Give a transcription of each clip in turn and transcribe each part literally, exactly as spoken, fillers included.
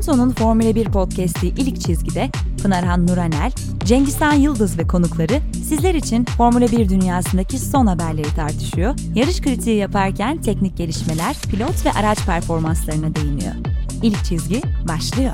Aposto'nun Formula bir podcast'i İlk Çizgi'de Pınarhan Nuranel, Cengizhan Yıldız ve konukları sizler için Formula bir dünyasındaki son haberleri tartışıyor, yarış kritiği yaparken teknik gelişmeler, pilot ve araç performanslarına değiniyor. İlk Çizgi başlıyor.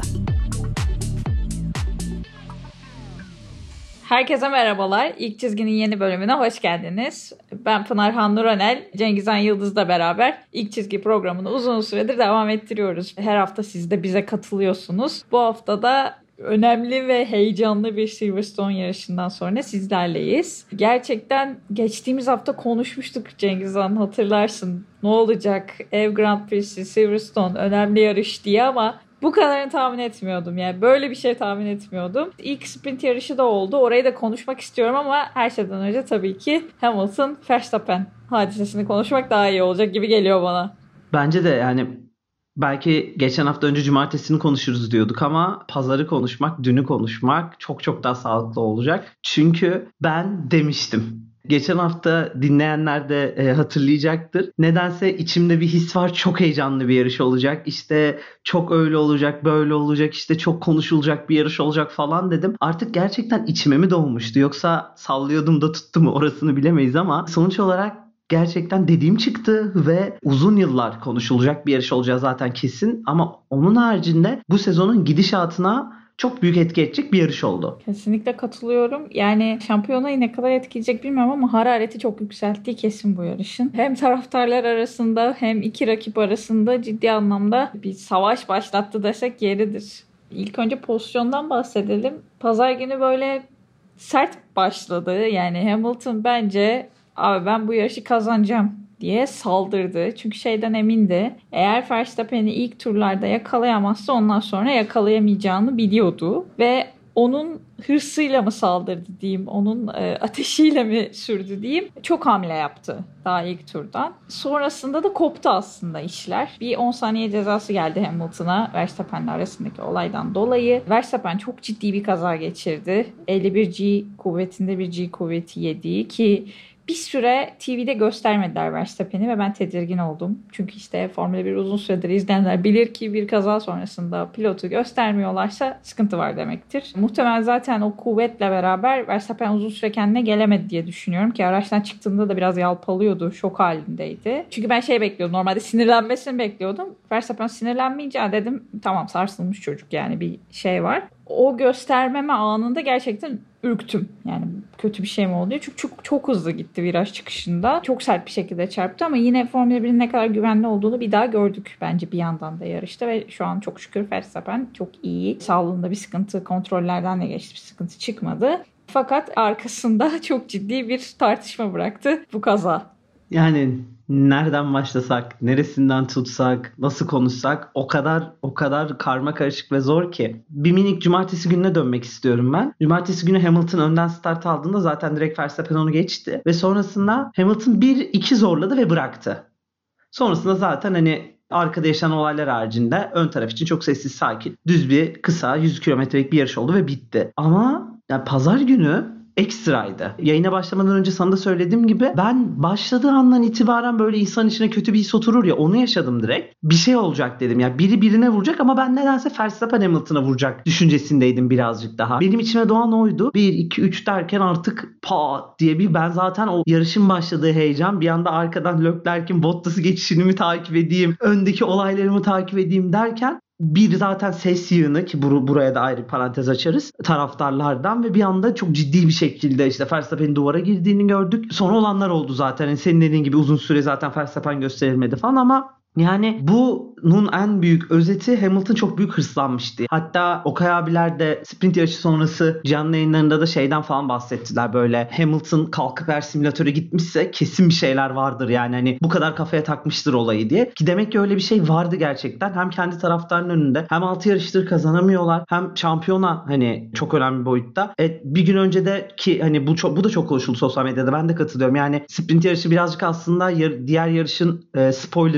Herkese merhabalar. İlk Çizgi'nin yeni bölümüne hoş geldiniz. Ben Pınarhan Nuranel, Cengizhan Yıldız'la beraber İlk Çizgi programını uzun süredir devam ettiriyoruz. Her hafta siz de bize katılıyorsunuz. Bu hafta da önemli ve heyecanlı bir Silverstone yarışından sonra sizlerleyiz. Gerçekten geçtiğimiz hafta konuşmuştuk Cengizhan, hatırlarsın. Ne olacak? Ev Grand Prix'si, Silverstone önemli yarış diye ama bu kadarını tahmin etmiyordum. Yani böyle bir şey tahmin etmiyordum. İlk sprint yarışı da oldu. Orayı da konuşmak istiyorum ama her şeyden önce tabii ki Hamilton Verstappen hadisesini konuşmak daha iyi olacak gibi geliyor bana. Bence de yani belki geçen hafta önce cumartesini konuşuruz diyorduk ama pazarı konuşmak, dünü konuşmak çok çok daha sağlıklı olacak. Çünkü ben demiştim. Geçen hafta dinleyenler de e, hatırlayacaktır. Nedense içimde bir his var. Çok heyecanlı bir yarış olacak. İşte çok öyle olacak, böyle olacak. İşte çok konuşulacak bir yarış olacak falan dedim. Artık gerçekten içime mi doğmuştu? Yoksa sallıyordum da tuttu mu? Orasını bilemeyiz ama sonuç olarak gerçekten dediğim çıktı ve uzun yıllar konuşulacak bir yarış olacağı zaten kesin. Ama onun haricinde bu sezonun gidişatına çok büyük etki edecek bir yarış oldu. Kesinlikle katılıyorum. Yani şampiyonayı ne kadar etkileyecek bilmiyorum ama harareti çok yükselttiği kesin bu yarışın. Hem taraftarlar arasında hem iki rakip arasında ciddi anlamda bir savaş başlattı desek yeridir. İlk önce pozisyondan bahsedelim. Pazar günü böyle sert başladı. Yani Hamilton bence abi ben bu yarışı kazanacağım diye saldırdı. Çünkü şeyden emindi. Eğer Verstappen'i ilk turlarda yakalayamazsa ondan sonra yakalayamayacağını biliyordu. Ve onun hırsıyla mı saldırdı diyeyim, onun e, ateşiyle mi sürdü diyeyim. Çok hamle yaptı daha ilk turdan. Sonrasında da koptu aslında işler. Bir on saniye cezası geldi Hamilton'a Verstappen'le arasındaki olaydan dolayı. Verstappen çok ciddi bir kaza geçirdi. elli bir G kuvvetinde bir G kuvveti yedi ki bir süre T V'de göstermediler Verstappen'i ve ben tedirgin oldum. Çünkü işte Formula bir uzun süredir izleyenler bilir ki bir kaza sonrasında pilotu göstermiyorlarsa sıkıntı var demektir. Muhtemelen zaten o kuvvetle beraber Verstappen uzun süre kendine gelemedi diye düşünüyorum ki araçtan çıktığında da biraz yalpalıyordu, şok halindeydi. Çünkü ben şey bekliyordum, normalde sinirlenmesini bekliyordum. Verstappen sinirlenmeyince dedim tamam sarsılmış çocuk, yani bir şey var. O göstermeme anında gerçekten ürktüm. Yani kötü bir şey mi oldu? Çünkü çok, çok hızlı gitti viraj çıkışında. Çok sert bir şekilde çarptı ama yine Formula birin ne kadar güvenli olduğunu bir daha gördük bence bir yandan da yarışta ve şu an çok şükür Verstappen çok iyi. Sağlığında bir sıkıntı, kontrollerden de geçti, bir sıkıntı çıkmadı. Fakat arkasında çok ciddi bir tartışma bıraktı bu kaza. Yani nereden başlasak, neresinden tutsak, nasıl konuşsak o kadar o kadar karma karışık ve zor ki. Bir minik cumartesi gününe dönmek istiyorum ben. Cumartesi günü Hamilton önden start aldığında zaten direkt Verstappen onu geçti. Ve sonrasında Hamilton bir iki zorladı ve bıraktı. Sonrasında zaten hani arkada yaşanan olaylar haricinde ön taraf için çok sessiz, sakin, düz bir kısa yüz kilometrelik bir yarış oldu ve bitti. Ama yani pazar günü ekstraydı. Yayına başlamadan önce sana da söylediğim gibi ben başladığı andan itibaren böyle insan içine kötü bir his oturur ya, onu yaşadım direkt. Bir şey olacak dedim ya, biri birine vuracak ama ben nedense Verstappen Hamilton'a vuracak düşüncesindeydim birazcık daha. Benim içime doğan oydu. bir iki üç derken artık pat diye bir, ben zaten o yarışın başladığı heyecan, bir anda arkadan Leclerc'in Bottas'ı geçişini mi takip edeyim, öndeki olaylarımı takip edeyim derken bir zaten ses yığını ki bur- buraya da ayrı bir parantez açarız taraftarlardan ve bir anda çok ciddi bir şekilde işte Verstappen'in duvara girdiğini gördük. Sonra olanlar oldu zaten. Yani senin dediğin gibi uzun süre zaten Verstappen gösterilmedi falan ama yani bunun en büyük özeti Hamilton çok büyük hırslanmıştı. Hatta Okay abiler de sprint yarışı sonrası canlı yayınlarında da şeyden falan bahsettiler, böyle Hamilton kalkıp eğer simülatöre gitmişse kesin bir şeyler vardır yani hani bu kadar kafaya takmıştır olayı diye. Ki demek ki öyle bir şey vardı gerçekten. Hem kendi taraftarının önünde hem altı yarıştır kazanamıyorlar hem şampiyona hani çok önemli bir boyutta. E, bir gün önce de ki hani bu çok, bu da çok konuşuldu sosyal medyada, ben de katılıyorum. Yani sprint yarışı birazcık aslında yar, diğer yarışın e, spoilerı gibi, özel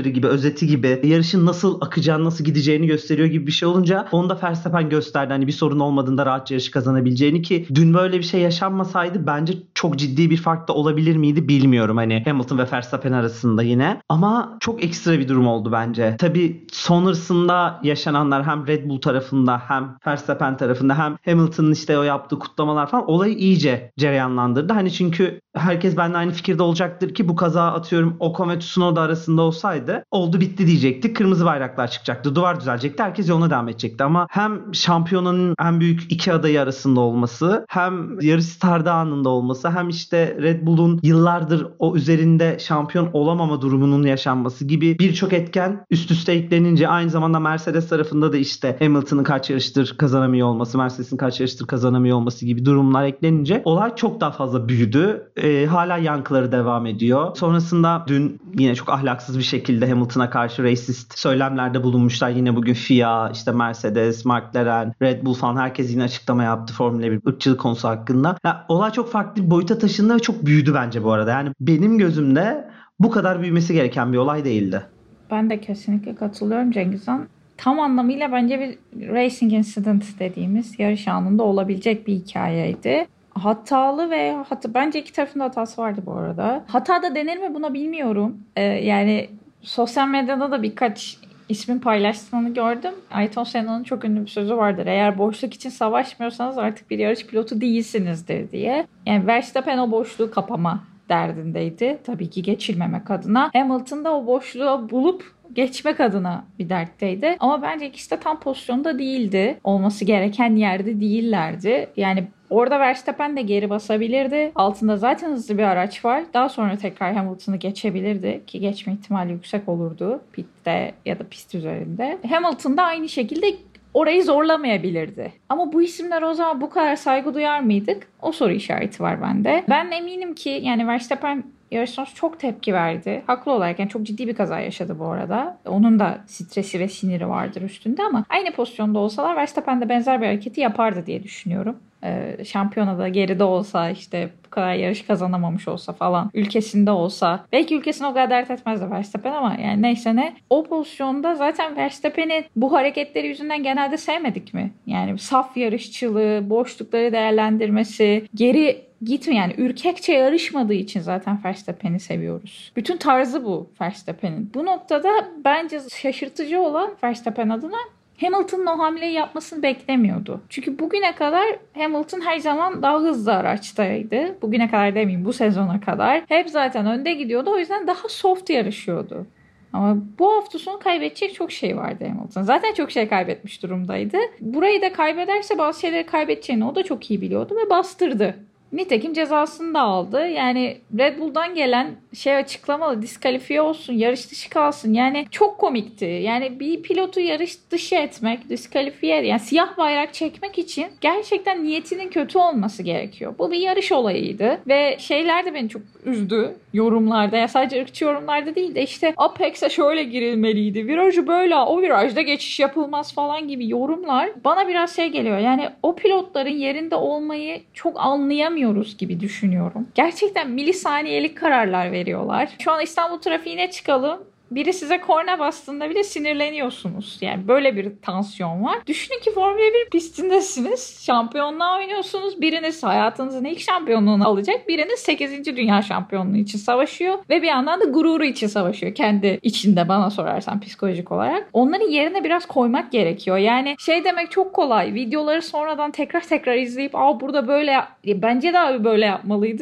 özeti gibi, yarışın nasıl akacağını, nasıl gideceğini gösteriyor gibi bir şey olunca onu da Verstappen gösterdi. Hani bir sorun olmadığında rahatça yarışı kazanabileceğini, ki dün böyle bir şey yaşanmasaydı bence çok ciddi bir fark da olabilir miydi bilmiyorum. Hani Hamilton ve Verstappen arasında yine. Ama çok ekstra bir durum oldu bence. Tabii sonrasında yaşananlar hem Red Bull tarafında hem Verstappen tarafında hem Hamilton'ın işte o yaptığı kutlamalar falan olayı iyice cereyanlandırdı. Hani çünkü herkes benimle aynı fikirde olacaktır ki bu kaza atıyorum Ocon ve Tsunoda arasında olsaydı oldu bitti diyecektik. Kırmızı bayraklar çıkacaktı. Duvar düzelecekti. Herkes yoluna devam edecekti. Ama hem şampiyonanın en büyük iki adayı arasında olması, hem yarış startı anında olması, hem işte Red Bull'un yıllardır o üzerinde şampiyon olamama durumunun yaşanması gibi birçok etken üst üste eklenince, aynı zamanda Mercedes tarafında da işte Hamilton'ın kaç yarıştır kazanamıyor olması, Mercedes'in kaç yarıştır kazanamıyor olması gibi durumlar eklenince olay çok daha fazla büyüdü. Ee, hala yankıları devam ediyor. Sonrasında dün yine çok ahlaksız bir şekilde Hamilton'a karşı racist söylemlerde bulunmuşlar. Yine bugün F I A, işte Mercedes, McLaren, Red Bull falan herkes yine açıklama yaptı Formula bir ırkçılık konusu hakkında. Ya, olay çok farklı bir boyuta taşındı ve çok büyüdü bence bu arada. Yani benim gözümde bu kadar büyümesi gereken bir olay değildi. Ben de kesinlikle katılıyorum Cengizhan. Tam anlamıyla bence bir racing incident dediğimiz yarış anında olabilecek bir hikayeydi. Hatalı ve hata, bence iki tarafın da hatası vardı bu arada. Hata da denir mi buna bilmiyorum. Ee, yani sosyal medyada da birkaç ismin paylaştığını gördüm. Ayrton Senna'nın çok ünlü bir sözü vardır. Eğer boşluk için savaşmıyorsanız artık bir yarış pilotu değilsinizdir diye. Yani Verstappen o boşluğu kapama derdindeydi. Tabii ki geçilmemek adına. Hamilton da o boşluğu bulup geçmek adına bir dertteydi. Ama bence ikisi de tam pozisyonda değildi. Olması gereken yerde değillerdi. Yani orada Verstappen de geri basabilirdi. Altında zaten hızlı bir araç var. Daha sonra tekrar Hamilton'ı geçebilirdi ki geçme ihtimali yüksek olurdu pitte ya da pist üzerinde. Hamilton da aynı şekilde orayı zorlamayabilirdi. Ama bu isimler o zaman bu kadar saygı duyar mıydık? O soru işareti var bende. Ben eminim ki yani Verstappen yarış sonrası çok tepki verdi. Haklı olarak, yani çok ciddi bir kaza yaşadı bu arada. Onun da stresi ve siniri vardır üstünde ama aynı pozisyonda olsalar Verstappen de benzer bir hareketi yapardı diye düşünüyorum. Ee, şampiyonada geride olsa, işte bu kadar yarış kazanamamış olsa falan, ülkesinde olsa, belki ülkesine o kadar dert etmezdi Verstappen ama yani neyse ne, o pozisyonda zaten Verstappen'i bu hareketleri yüzünden genelde sevmedik mi? Yani saf yarışçılığı, boşlukları değerlendirmesi, geri gitme, yani ürkekçe yarışmadığı için zaten Verstappen'i seviyoruz. Bütün tarzı bu Verstappen'in. Bu noktada bence şaşırtıcı olan Verstappen adına Hamilton'ın o hamleyi yapmasını beklemiyordu. Çünkü bugüne kadar Hamilton her zaman daha hızlı araçtaydı. Bugüne kadar demeyeyim, bu sezona kadar. Hep zaten önde gidiyordu. O yüzden daha soft yarışıyordu. Ama bu hafta sonu kaybedecek çok şey vardı Hamilton. Zaten çok şey kaybetmiş durumdaydı. Burayı da kaybederse bazı şeyleri kaybedeceğini o da çok iyi biliyordu ve bastırdı. Nitekim cezasını da aldı. Yani Red Bull'dan gelen şey açıklamalı, diskalifiye olsun, yarış dışı kalsın. Yani çok komikti. Yani bir pilotu yarış dışı etmek, diskalifiye, yani siyah bayrak çekmek için gerçekten niyetinin kötü olması gerekiyor. Bu bir yarış olayıydı ve şeyler de beni çok üzdü yorumlarda. Ya sadece ırkçı yorumlarda değil de işte Apex'e şöyle girilmeliydi, virajı böyle, o virajda geçiş yapılmaz falan gibi yorumlar bana biraz şey geliyor. Yani o pilotların yerinde olmayı çok anlayamıyoruz gibi düşünüyorum. Gerçekten milisaniyelik kararlar veriyorlar. Şu an İstanbul trafiğine çıkalım. Biri size korna bastığında bile sinirleniyorsunuz. Yani böyle bir tansiyon var. Düşünün ki Formula bir pistindesiniz. Şampiyonluğa oynuyorsunuz. Biriniz hayatınızın ilk şampiyonluğunu alacak. Biriniz sekizinci dünya şampiyonluğu için savaşıyor. Ve bir yandan da gururu için savaşıyor. Kendi içinde, bana sorarsan, psikolojik olarak. Onların yerine biraz koymak gerekiyor. Yani şey demek çok kolay. Videoları sonradan tekrar tekrar izleyip aa burada böyle yap- bence de abi böyle yapmalıydı.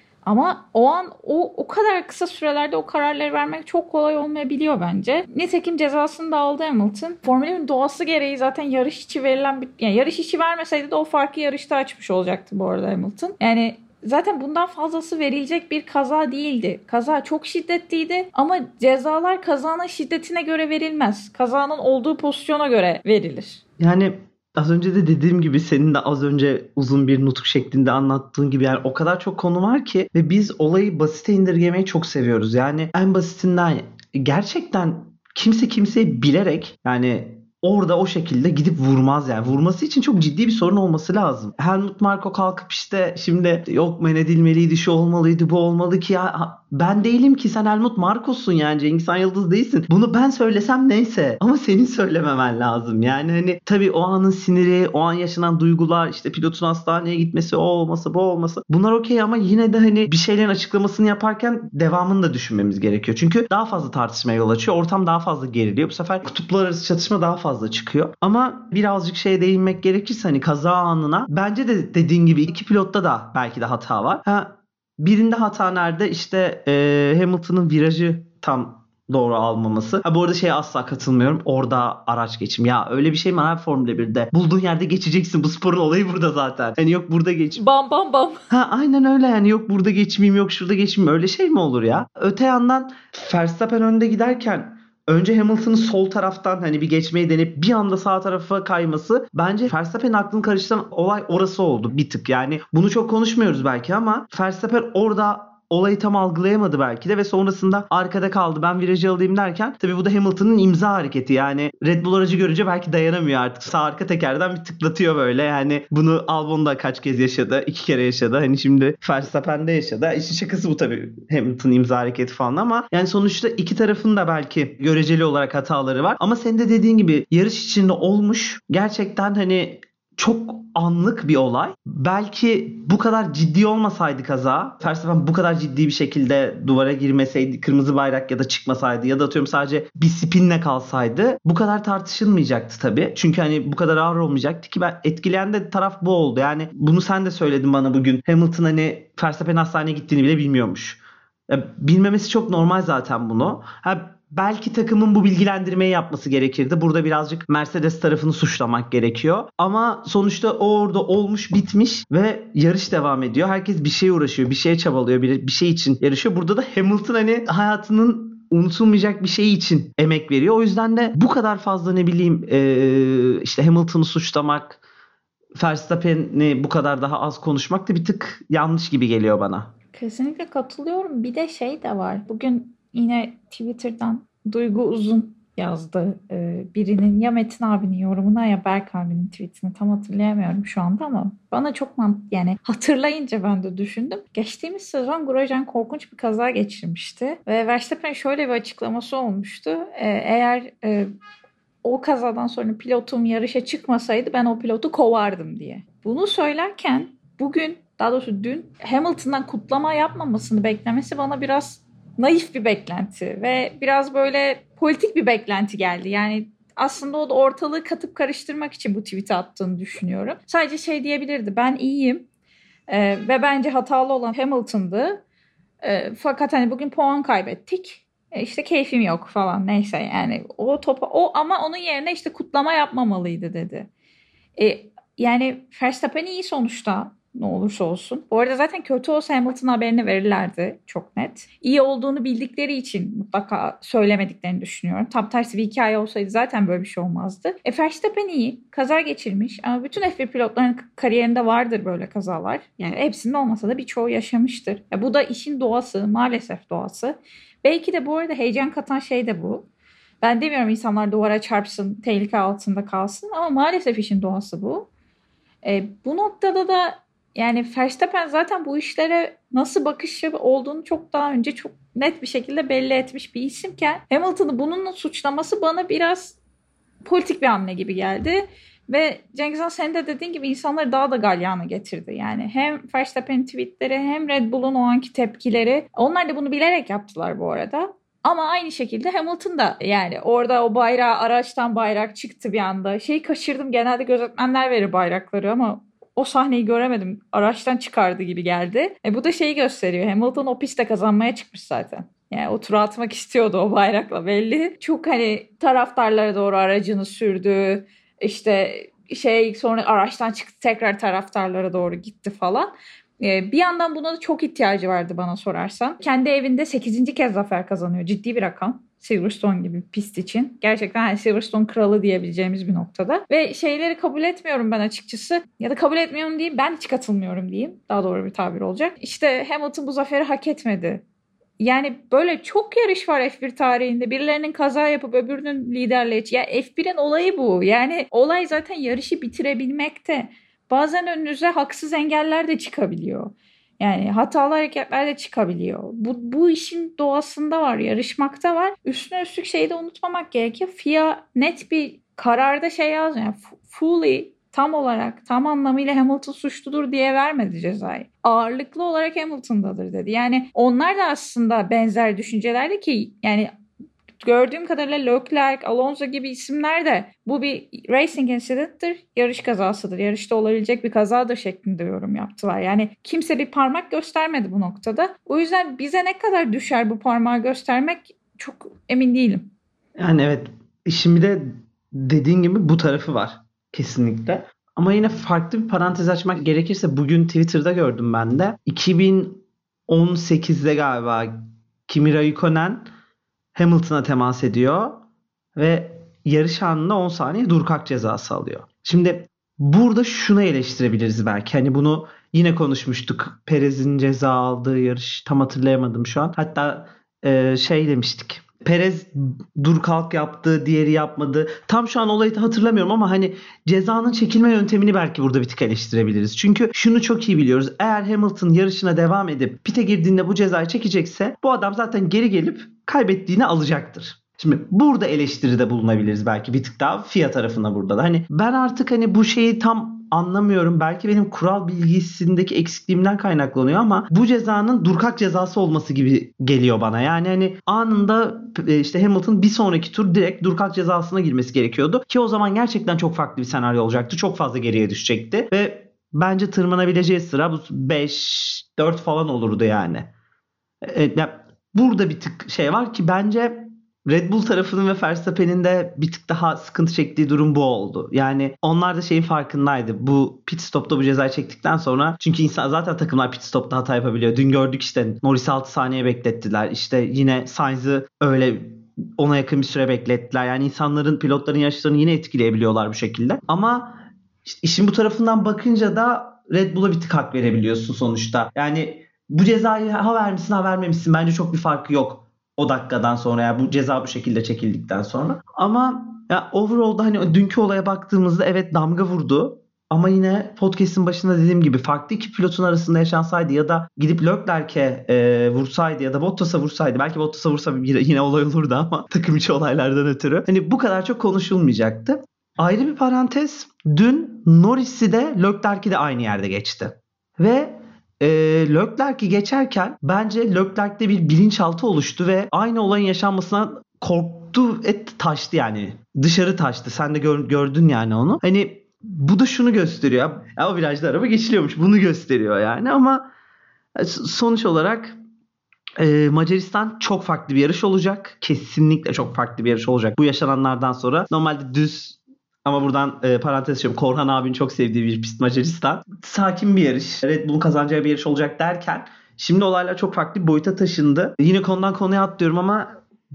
Ama o an o o kadar kısa sürelerde o kararları vermek çok kolay olmayabiliyor bence. Nitekim cezasını da aldı Hamilton. Formula bir'in doğası gereği zaten yarış içi verilen bir, yani yarış içi vermeseydi de o farkı yarışta açmış olacaktı bu arada Hamilton. Yani zaten bundan fazlası verilecek bir kaza değildi. Kaza çok şiddetliydi ama cezalar kazanın şiddetine göre verilmez. Kazanın olduğu pozisyona göre verilir. Yani az önce de dediğim gibi, senin de az önce uzun bir nutuk şeklinde anlattığın gibi, yani o kadar çok konu var ki ve biz olayı basite indirgemeyi çok seviyoruz. Yani en basitinden gerçekten kimse kimseyi bilerek, yani orada o şekilde gidip vurmaz yani. Vurması için çok ciddi bir sorun olması lazım. Helmut Marko kalkıp işte şimdi yok men edilmeliydi, şu olmalıydı, bu olmalı ki ya ben değilim ki, sen Helmut Marko'sun yani, Cengiz Han Yıldız değilsin. Bunu ben söylesem neyse ama senin söylememen lazım. Yani hani tabii o anın siniri, o an yaşanan duygular, işte pilotun hastaneye gitmesi, o olması, bu olması, bunlar okey ama yine de hani bir şeylerin açıklamasını yaparken devamını da düşünmemiz gerekiyor. Çünkü daha fazla tartışmaya yol açıyor. Ortam daha fazla geriliyor. Bu sefer kutuplar arası çatışma daha fazla çıkıyor. Ama birazcık şeye değinmek gerekirse hani kaza anına, bence de dediğin gibi iki pilotta da belki de hata var. Ha, birinde hata nerede? İşte e, Hamilton'ın virajı tam doğru almaması. Ha, bu arada şeye asla katılmıyorum. Orada araç geçim. Ya öyle bir şey mi abi Formula birde? Bulduğun yerde geçeceksin. Bu sporun olayı burada zaten. Hani yok burada geç. Bam bam bam. Ha aynen öyle yani, yok burada geçmeyeyim, yok şurada geçmeyeyim. Öyle şey mi olur ya? Öte yandan Verstappen önde giderken önce Hamilton'ın sol taraftan hani bir geçmeyi deneyip bir anda sağ tarafa kayması, bence Verstappen'in aklını karıştıran olay orası oldu bir tık. Yani bunu çok konuşmuyoruz belki ama Verstappen orada olayı tam algılayamadı belki de ve sonrasında arkada kaldı. Ben virajı alayım derken tabii bu da Hamilton'ın imza hareketi. Yani Red Bull aracı görünce belki dayanamıyor artık. Sağ arka tekerden bir tıklatıyor böyle. Yani bunu Albon da kaç kez yaşadı. iki kere yaşadı. Hani şimdi Verstappen'de yaşadı. İşin şakası bu tabii. Hamilton'ın imza hareketi falan ama yani sonuçta iki tarafın da belki göreceli olarak hataları var. Ama senin de dediğin gibi yarış içinde olmuş. Gerçekten hani çok anlık bir olay. Belki bu kadar ciddi olmasaydı kaza, Verstappen bu kadar ciddi bir şekilde duvara girmeseydi, kırmızı bayrak ya da çıkmasaydı ya da atıyorum sadece bir spinle kalsaydı bu kadar tartışılmayacaktı tabii. Çünkü hani bu kadar ağır olmayacaktı ki, ben etkileyen de taraf bu oldu. Yani bunu sen de söyledin bana bugün. Hamilton hani Verstappen'in hastaneye gittiğini bile bilmiyormuş. Ya, bilmemesi çok normal zaten bunu. Ha, belki takımın bu bilgilendirmeyi yapması gerekirdi. Burada birazcık Mercedes tarafını suçlamak gerekiyor. Ama sonuçta o orada olmuş, bitmiş ve yarış devam ediyor. Herkes bir şeye uğraşıyor, bir şeye çabalıyor, bir, bir şey için yarışıyor. Burada da Hamilton hani hayatının unutulmayacak bir şey için emek veriyor. O yüzden de bu kadar fazla ne bileyim ee, işte Hamilton'ı suçlamak, Verstappen'i bu kadar daha az konuşmak da bir tık yanlış gibi geliyor bana. Kesinlikle katılıyorum. Bir de şey de var. Bugün yine Twitter'dan Duygu Uzun yazdı. Ee, birinin ya Metin abinin yorumuna ya Berk abinin tweetini tam hatırlayamıyorum şu anda ama bana çok mant yani hatırlayınca ben de düşündüm. Geçtiğimiz sezon Grosjean korkunç bir kaza geçirmişti ve Verstappen şöyle bir açıklaması olmuştu. Ee, eğer e, o kazadan sonra pilotum yarışa çıkmasaydı ben o pilotu kovardım diye. Bunu söylerken bugün, daha doğrusu dün Hamilton'dan kutlama yapmamasını beklemesi bana biraz naif bir beklenti ve biraz böyle politik bir beklenti geldi. Yani aslında o da ortalığı katıp karıştırmak için bu tweet'i attığını düşünüyorum. Sadece şey diyebilirdi, ben iyiyim e, ve bence hatalı olan Hamilton'dı. E, fakat hani bugün puan kaybettik. E, işte keyfim yok falan, neyse yani o topa o, ama onun yerine işte kutlama yapmamalıydı dedi. E, yani Verstappen iyi sonuçta. Ne olursa olsun. Bu arada zaten kötü olsa Hamilton haberini verirlerdi. Çok net. İyi olduğunu bildikleri için mutlaka söylemediklerini düşünüyorum. Tam tersi bir hikaye olsaydı zaten böyle bir şey olmazdı. E Verstappen iyi. Kaza geçirmiş. Ama bütün F bir pilotların kariyerinde vardır böyle kazalar. Yani hepsinin olmasa da birçoğu yaşamıştır. Ya bu da işin doğası. Maalesef doğası. Belki de bu arada heyecan katan şey de bu. Ben demiyorum insanlar duvara çarpsın, tehlike altında kalsın. Ama maalesef işin doğası bu. E, bu noktada da yani Verstappen zaten bu işlere nasıl bakışı olduğunu çok daha önce çok net bir şekilde belli etmiş bir isimken Hamilton'ı bununla suçlaması bana biraz politik bir hamle gibi geldi. Ve Cengiz Han, senin de dediğin gibi insanları daha da galyana getirdi. Yani hem Verstappen'in tweetleri hem Red Bull'un o anki tepkileri, onlar da bunu bilerek yaptılar bu arada. Ama aynı şekilde Hamilton da yani orada o bayrağı, araçtan bayrak çıktı bir anda. Şeyi kaçırdım, genelde gözetmenler verir bayrakları ama o sahneyi göremedim. Araçtan çıkardı gibi geldi. E bu da şeyi gösteriyor. Hamilton o pistte kazanmaya çıkmış zaten. Yani o turu atmak istiyordu o bayrakla belli. Çok hani taraftarlara doğru aracını sürdü. İşte şey sonra araçtan çıktı, tekrar taraftarlara doğru gitti falan. Ee, bir yandan buna da çok ihtiyacı vardı bana sorarsan. Kendi evinde sekizinci kez zafer kazanıyor. Ciddi bir rakam. Silverstone gibi bir pist için. Gerçekten yani Silverstone kralı diyebileceğimiz bir noktada. Ve şeyleri kabul etmiyorum ben açıkçası. Ya da kabul etmiyorum diyeyim, ben hiç katılmıyorum diyeyim. Daha doğru bir tabir olacak. İşte Hamilton bu zaferi hak etmedi yani böyle çok yarış var F bir tarihinde. Birilerinin kaza yapıp öbürünün liderliği. Ya F birin olayı bu. Yani olay zaten yarışı bitirebilmekte. Bazen önünüze haksız engeller de çıkabiliyor. Yani hatalı hareketler de çıkabiliyor. Bu, bu işin doğasında var. Yarışmakta var. Üstüne üstlük şeyi de unutmamak gerekiyor. F I A net bir kararda şey yazmıyor. Yani fully tam olarak tam anlamıyla Hamilton suçludur diye vermedi cezayı. Ağırlıklı olarak Hamilton'dadır dedi. Yani onlar da aslında benzer düşüncelerde ki yani gördüğüm kadarıyla Leclerc, Alonso gibi isimler de bu bir racing incident'tir, yarış kazasıdır, yarışta olabilecek bir kazadır şeklinde yorum yaptılar. Yani kimse bir parmak göstermedi bu noktada. O yüzden bize ne kadar düşer bu parmağı göstermek çok emin değilim. Yani evet, işin bir de dediğin gibi bu tarafı var kesinlikle. Ama yine farklı bir parantez açmak gerekirse bugün Twitter'da gördüm ben de. iki bin on sekizde galiba Kimi Räikkönen Hamilton'a temas ediyor ve yarış anında on saniye dur kalk cezası alıyor. Şimdi burada şunu eleştirebiliriz belki. Hani bunu yine konuşmuştuk. Perez'in ceza aldığı yarış tam hatırlayamadım şu an. Hatta e, şey demiştik. Perez dur kalk yaptı, diğeri yapmadı. Tam şu an olayı hatırlamıyorum ama hani cezanın çekilme yöntemini belki burada bir tık eleştirebiliriz. Çünkü şunu çok iyi biliyoruz. Eğer Hamilton yarışına devam edip pite girdiğinde bu cezayı çekecekse bu adam zaten geri gelip kaybettiğini alacaktır. Şimdi burada eleştiride bulunabiliriz belki bir tık daha F I A tarafına burada da. Hani ben artık hani bu şeyi tam anlamıyorum. Belki benim kural bilgisindeki eksikliğimden kaynaklanıyor ama bu cezanın durkak cezası olması gibi geliyor bana. Yani hani anında işte Hamilton bir sonraki tur direkt durkak cezasına girmesi gerekiyordu. Ki o zaman gerçekten çok farklı bir senaryo olacaktı. Çok fazla geriye düşecekti ve bence tırmanabileceği sıra bu beş dört falan olurdu yani. Evet, burada bir tık şey var ki bence Red Bull tarafının ve Verstappen'in de bir tık daha sıkıntı çektiği durum bu oldu. Yani onlar da şeyin farkındaydı. Bu pit stopta bu cezayı çektikten sonra, çünkü insan zaten takımlar pit stopta hata yapabiliyor. Dün gördük işte Norris'i altı saniye beklettiler. İşte yine Sainz'ı öyle ona yakın bir süre beklettiler. Yani insanların, pilotların yarışlarını yine etkileyebiliyorlar bu şekilde. Ama işte işin bu tarafından bakınca da Red Bull'a bir tık hak verebiliyorsun sonuçta. Yani bu cezayı ha vermişsin ha vermemişsin bence çok bir farkı yok o dakikadan sonra, yani bu ceza bu şekilde çekildikten sonra. Ama ya overall'da hani dünkü olaya baktığımızda evet damga vurdu. Ama yine podcast'in başında dediğim gibi farklı iki pilotun arasında yaşansaydı ya da gidip Leclerc'e e, vursaydı ya da Bottas'a vursaydı, belki Bottas'a vursa yine olay olurdu ama takım içi olaylardan ötürü hani bu kadar çok konuşulmayacaktı. Ayrı bir parantez, dün Norris'i de Leclerc'i de aynı yerde geçti. Ve e, Leclerc'i geçerken bence Leclerc'te bir bilinçaltı oluştu ve aynı olayın yaşanmasına korktu, et taştı yani. Dışarı taştı. Sen de gör, gördün yani onu. Hani bu da şunu gösteriyor. Ya, o virajda araba geçiliyormuş. Bunu gösteriyor yani ama sonuç olarak e, Macaristan çok farklı bir yarış olacak. Kesinlikle çok farklı bir yarış olacak. Bu yaşananlardan sonra normalde düz, ama buradan e, parantez açıyorum, Korhan abinin çok sevdiği bir pist Macaristan. Sakin bir yarış. Red Bull'un kazanacağı bir yarış olacak derken şimdi olaylar çok farklı bir boyuta taşındı. Yine konudan konuya atlıyorum ama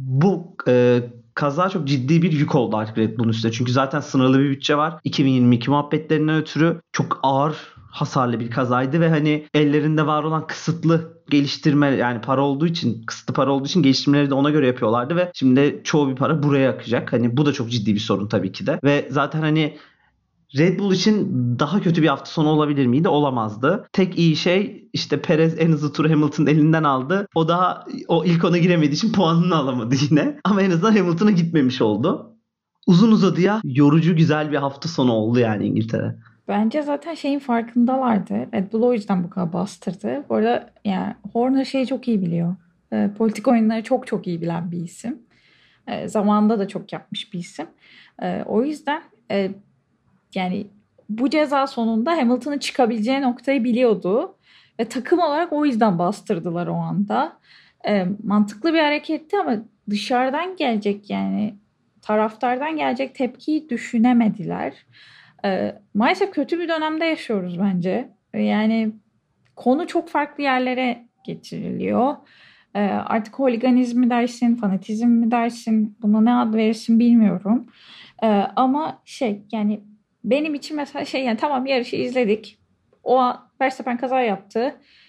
bu e, kaza çok ciddi bir yük oldu artık Red Bull'un üstüne. Çünkü zaten sınırlı bir bütçe var. iki bin yirmi iki muhabbetlerinden ötürü çok ağır hasarlı bir kazaydı ve hani ellerinde var olan kısıtlı geliştirme, yani para olduğu için, kısıtlı para olduğu için geliştirmeleri de ona göre yapıyorlardı ve şimdi çoğu bir para buraya akacak. Hani bu da çok ciddi bir sorun tabii ki de. Ve zaten hani Red Bull için daha kötü bir hafta sonu olabilir miydi? Olamazdı. Tek iyi şey işte Perez en hızlı turu Hamilton'ın elinden aldı. O daha o ilk ona giremediği için puanını alamadı yine. Ama en azından Hamilton'a gitmemiş oldu. Uzun uzadıya yorucu güzel bir hafta sonu oldu yani İngiltere. Bence zaten şeyin farkındalardı. Red Bull o yüzden bu kadar bastırdı. Bu arada yani Horner şeyi çok iyi biliyor. E, politik oyunları çok çok iyi bilen bir isim. E, zamanında da çok yapmış bir isim. E, o yüzden e, yani bu ceza sonunda Hamilton'ın çıkabileceği noktayı biliyordu. Ve takım olarak o yüzden bastırdılar o anda. E, mantıklı bir hareketti ama dışarıdan gelecek, yani taraftardan gelecek tepkiyi düşünemediler. E, maalesef kötü bir dönemde yaşıyoruz bence. Yani konu çok farklı yerlere getiriliyor. E, artık holiganizm mi dersin, fanatizm mi dersin, buna ne ad verirsin bilmiyorum. E, ama şey, yani benim için mesela şey, yani tamam yarışı izledik. O an Verstappen kaza yaptı.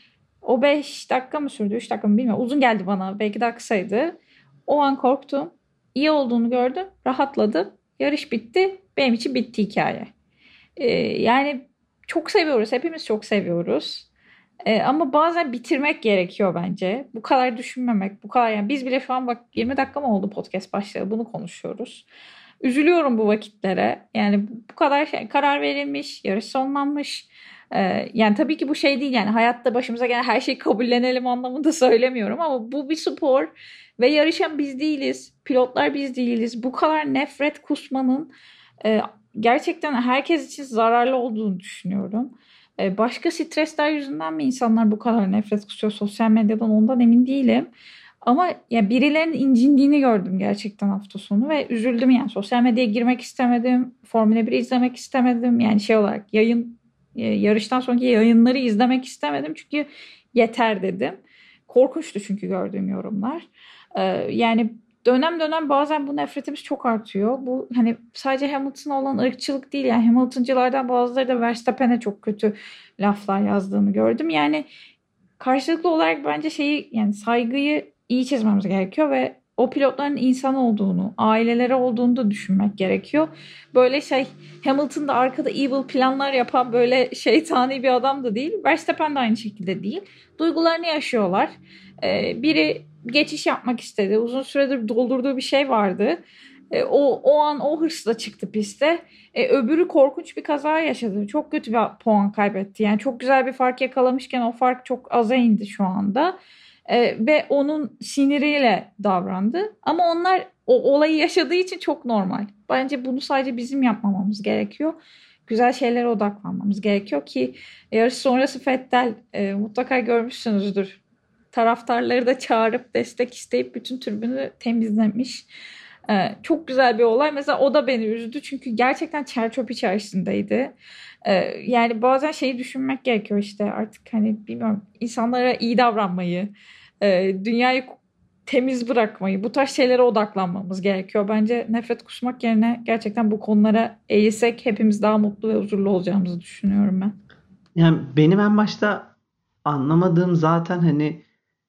O beş dakika mı sürdü, üç dakika mı bilmiyorum. Uzun geldi bana. Belki daha kısaydı. O an korktum. İyi olduğunu gördüm. Rahatladım. Yarış bitti. Benim için bitti hikaye. Ee, yani çok seviyoruz. Hepimiz çok seviyoruz. Ee, ama bazen bitirmek gerekiyor bence. Bu kadar düşünmemek, bu kadar yani biz bile şu an bak yirmi dakika mı oldu podcast başladı bunu konuşuyoruz. Üzülüyorum bu vakitlere. Yani bu kadar şey, karar verilmiş, yarış sonlanmış. Ee, yani tabii ki bu şey değil yani hayatta başımıza gelen her şeyi kabullenelim anlamında söylemiyorum ama bu bir spor ve yarışan biz değiliz. Pilotlar biz değiliz. Bu kadar nefret kusmanın e, gerçekten herkes için zararlı olduğunu düşünüyorum. E, başka stresler yüzünden mi insanlar bu kadar nefret kusuyor sosyal medyadan ondan emin değilim. Ama ya birilerinin incindiğini gördüm gerçekten hafta sonu ve üzüldüm yani. Sosyal medyaya girmek istemedim. Formula bir izlemek istemedim. Yani şey olarak yayın e, yarıştan sonraki yayınları izlemek istemedim. Çünkü yeter dedim. Korkunçtu çünkü gördüğüm yorumlar. E, yani dönem dönem bazen bu nefretimiz çok artıyor. Bu hani sadece Hamilton'a olan ırkçılık değil. Yani Hamilton'cılardan bazıları da Verstappen'e çok kötü laflar yazdığını gördüm. Yani karşılıklı olarak bence şeyi yani saygıyı iyi çizmemiz gerekiyor ve o pilotların insan olduğunu, aileleri olduğunu da düşünmek gerekiyor. Böyle şey Hamilton da arkada evil planlar yapan böyle şeytani bir adam da değil. Verstappen de aynı şekilde değil. Duygularını yaşıyorlar. Ee, biri geçiş yapmak istedi. Uzun süredir doldurduğu bir şey vardı. E, o o an o hırsla çıktı piste. E, öbürü korkunç bir kaza yaşadı. Çok kötü bir puan kaybetti. Yani çok güzel bir fark yakalamışken o fark çok aza indi şu anda. E, ve onun siniriyle davrandı. Ama onlar o olayı yaşadığı için çok normal. Bence bunu sadece bizim yapmamamız gerekiyor. Güzel şeylere odaklanmamız gerekiyor ki yarış sonrası Vettel e, mutlaka görmüşsünüzdür. Taraftarları da çağırıp destek isteyip bütün tribünü temizlemiş. Ee, çok güzel bir olay. Mesela o da beni üzdü. Çünkü gerçekten çer çöp içerisindeydi. Ee, yani bazen şeyi düşünmek gerekiyor işte artık hani bilmiyorum insanlara iyi davranmayı, e, dünyayı temiz bırakmayı, bu tarz şeylere odaklanmamız gerekiyor. Bence nefret kusmak yerine gerçekten bu konulara eğilsek hepimiz daha mutlu ve huzurlu olacağımızı düşünüyorum ben. Yani benim en başta anlamadığım zaten hani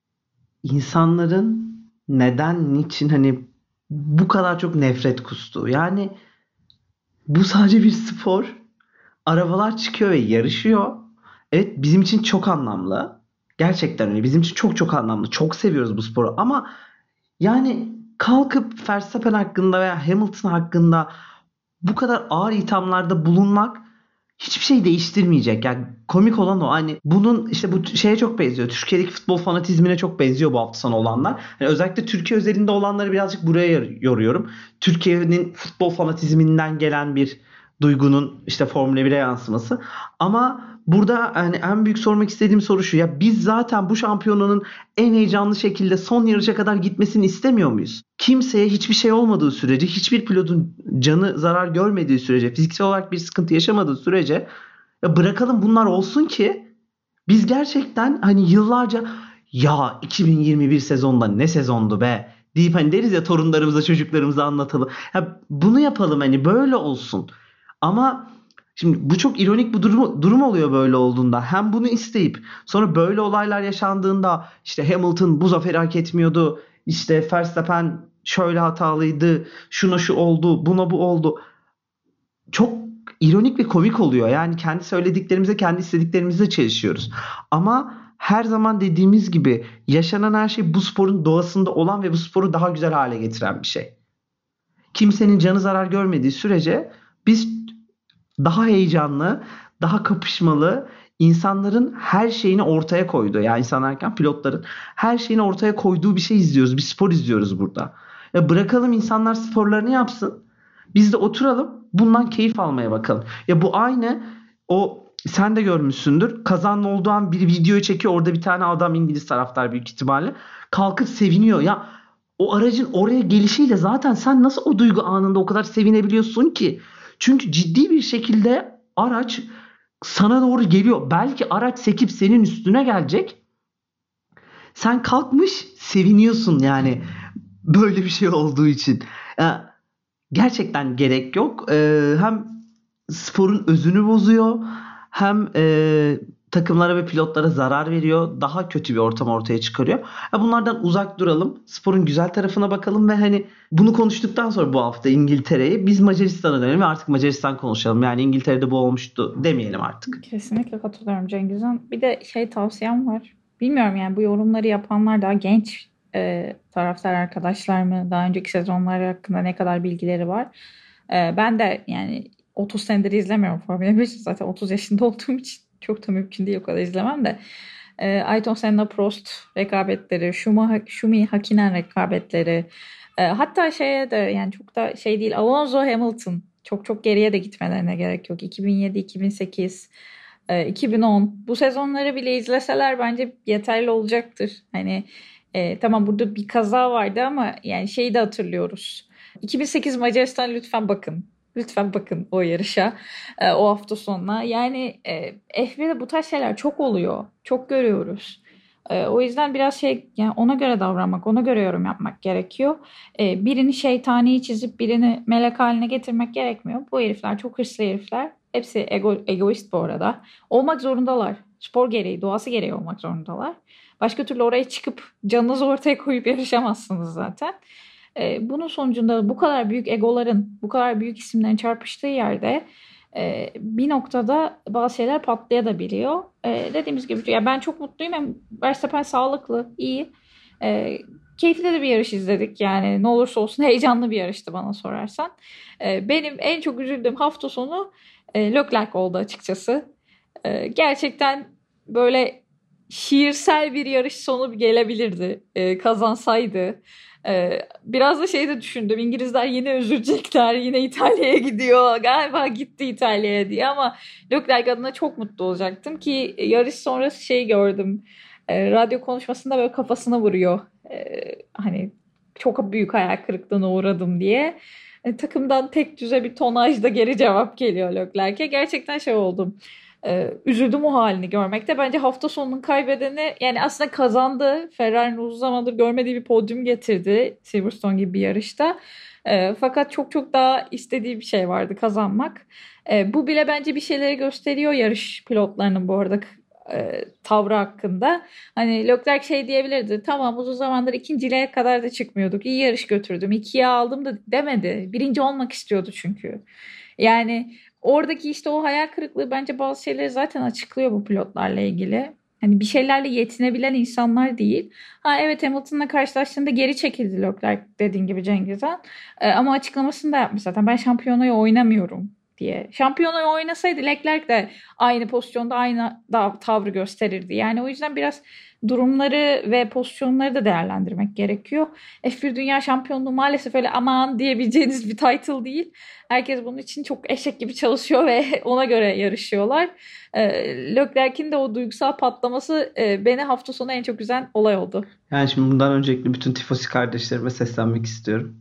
insanların neden, niçin hani bu kadar çok nefret kustuğu. Yani bu sadece bir spor. Arabalar çıkıyor ve yarışıyor. Evet bizim için çok anlamlı. Gerçekten öyle. Bizim için çok çok anlamlı. Çok seviyoruz bu sporu ama yani kalkıp Verstappen hakkında veya Hamilton hakkında bu kadar ağır ithamlarda bulunmak hiçbir şey değiştirmeyecek. Yani komik olan o. Hani bunun işte bu şeye çok benziyor. Türkiye'deki futbol fanatizmine çok benziyor bu hafta sonu olanlar. Yani özellikle Türkiye özelinde olanları birazcık buraya yoruyorum. Türkiye'nin futbol fanatizminden gelen bir duygunun işte Formula bire yansıması. Ama burada yani en büyük sormak istediğim soru şu. Ya biz zaten bu şampiyonanın en heyecanlı şekilde son yarışa kadar gitmesini istemiyor muyuz? Kimseye hiçbir şey olmadığı sürece, hiçbir pilotun canı zarar görmediği sürece, fiziksel olarak bir sıkıntı yaşamadığı sürece ya bırakalım bunlar olsun ki biz gerçekten hani yıllarca ya iki bin yirmi bir sezonda ne sezondu be deyip hani deriz ya torunlarımıza, çocuklarımıza anlatalım. Ya bunu yapalım hani böyle olsun. Ama şimdi bu çok ironik bir durum, durum oluyor böyle olduğunda. Hem bunu isteyip sonra böyle olaylar yaşandığında işte Hamilton bu zaferi hak etmiyordu. İşte Verstappen şöyle hatalıydı. Şuna şu oldu, buna bu oldu. Çok ironik ve komik oluyor. Yani kendi söylediklerimize, kendi istediklerimizle çelişiyoruz. Ama her zaman dediğimiz gibi yaşanan her şey bu sporun doğasında olan ve bu sporu daha güzel hale getiren bir şey. Kimsenin canı zarar görmediği sürece biz daha heyecanlı, daha kapışmalı, insanların her şeyini ortaya koyduğu, yani insanlar derken pilotların her şeyini ortaya koyduğu bir şey izliyoruz. Bir spor izliyoruz burada. Ya bırakalım insanlar sporlarını yapsın. Biz de oturalım, bundan keyif almaya bakalım. Ya bu aynı o sen de görmüşsündür. Kazanın olduğu an bir videoyu çekiyor. Orada bir tane adam İngiliz taraftar büyük ihtimalle. Kalkıp seviniyor. Ya o aracın oraya gelişiyle zaten sen nasıl o duygu anında o kadar sevinebiliyorsun ki? Çünkü ciddi bir şekilde araç sana doğru geliyor. Belki araç sekip senin üstüne gelecek. Sen kalkmış seviniyorsun yani böyle bir şey olduğu için. Yani gerçekten gerek yok. Ee, hem sporun özünü bozuyor hem e, takımlara ve pilotlara zarar veriyor. Daha kötü bir ortam ortaya çıkarıyor. Ya bunlardan uzak duralım. Sporun güzel tarafına bakalım ve hani bunu konuştuktan sonra bu hafta İngiltere'yi biz Macaristan'a dönelim ve artık Macaristan konuşalım. Yani İngiltere'de bu olmuştu demeyelim artık. Kesinlikle katılıyorum Cengizhan. Bir de şey tavsiyem var. Bilmiyorum yani bu yorumları yapanlar daha genç e, taraftar arkadaşlar mı? Daha önceki sezonlar hakkında ne kadar bilgileri var? E, ben de yani otuz senedir izlemiyorum Formula bir. Zaten otuz yaşında olduğum için çok da mümkün değil o kadar izlemem de. E, Ayrton Senna Prost rekabetleri, Schuma, Schumi Hakkinen rekabetleri. E, hatta şeye de yani çok da şey değil. Alonso Hamilton. Çok çok geriye de gitmelerine gerek yok. iki bin yedi iki bin sekiz e, iki bin on bu sezonları bile izleseler bence yeterli olacaktır. Hani e, tamam burada bir kaza vardı ama yani şeyi de hatırlıyoruz. iki bin sekiz Macaristan lütfen bakın. Lütfen bakın o yarışa e, o hafta sonuna. Yani e, F bir'de bu tarz şeyler çok oluyor. Çok görüyoruz. E, o yüzden biraz şey yani ona göre davranmak, ona göre yorum yapmak gerekiyor. E, birini şeytani çizip birini melek haline getirmek gerekmiyor. Bu herifler çok hırslı herifler. Hepsi ego, egoist bu arada. Olmak zorundalar. Spor gereği, doğası gereği olmak zorundalar. Başka türlü oraya çıkıp canınızı ortaya koyup yarışamazsınız zaten. E, bunun sonucunda bu kadar büyük egoların, bu kadar büyük isimlerin çarpıştığı yerde e, bir noktada bazı şeyler patlayabiliyor. E, dediğimiz gibi ya ben çok mutluyum. Hem Verstappen sağlıklı, iyi. E, keyifli de bir yarış izledik. Yani ne olursa olsun heyecanlı bir yarıştı bana sorarsan. E, benim en çok üzüldüğüm hafta sonu e, Leclerc oldu açıkçası. E, gerçekten böyle şiirsel bir yarış sonu gelebilirdi. E, kazansaydı. Ee, biraz da şey de düşündüm. İngilizler yine üzülecekler. Yine İtalya'ya gidiyor. Galiba gitti İtalya'ya diye ama Leclerc adına çok mutlu olacaktım ki yarış sonrası şey gördüm. Ee, radyo konuşmasında böyle kafasına vuruyor. Ee, hani çok büyük hayal kırıklığına uğradım diye. Ee, takımdan tek düze bir tonajda geri cevap geliyor Leclerc'e. Gerçekten şey oldum. Ee, üzüldüm o halini görmekte. Bence hafta sonunun kaybedeni yani aslında kazandı. Ferrari'nin uzun zamandır görmediği bir podyum getirdi Silverstone gibi bir yarışta. Ee, fakat çok çok daha istediği bir şey vardı kazanmak. Ee, bu bile bence bir şeyleri gösteriyor yarış pilotlarının bu arada e, tavrı hakkında. Hani Leclerc şey diyebilirdi. Tamam uzun zamandır ikinciliğe kadar da çıkmıyorduk. İyi yarış götürdüm. İkiye aldım da demedi. Birinci olmak istiyordu çünkü. Yani oradaki işte o hayal kırıklığı bence bazı şeyleri zaten açıklıyor bu pilotlarla ilgili. Hani bir şeylerle yetinebilen insanlar değil. Ha evet Hamilton'la karşılaştığında geri çekildi Leclerc dediğin gibi Cengizhan. Ee, ama açıklamasını da yapmış zaten. Ben şampiyonayı oynamıyorum diye. Şampiyonayı oynasaydı Leclerc de aynı pozisyonda aynı da, tavrı gösterirdi. Yani o yüzden biraz durumları ve pozisyonları da değerlendirmek gerekiyor. F bir Dünya Şampiyonluğu maalesef öyle aman diyebileceğiniz bir title değil. Herkes bunun için çok eşek gibi çalışıyor ve ona göre yarışıyorlar. E, Leclerc'in de o duygusal patlaması e, beni hafta sonu en çok üzen olay oldu. Yani şimdi bundan öncelikle bütün tifosi kardeşlerime seslenmek istiyorum.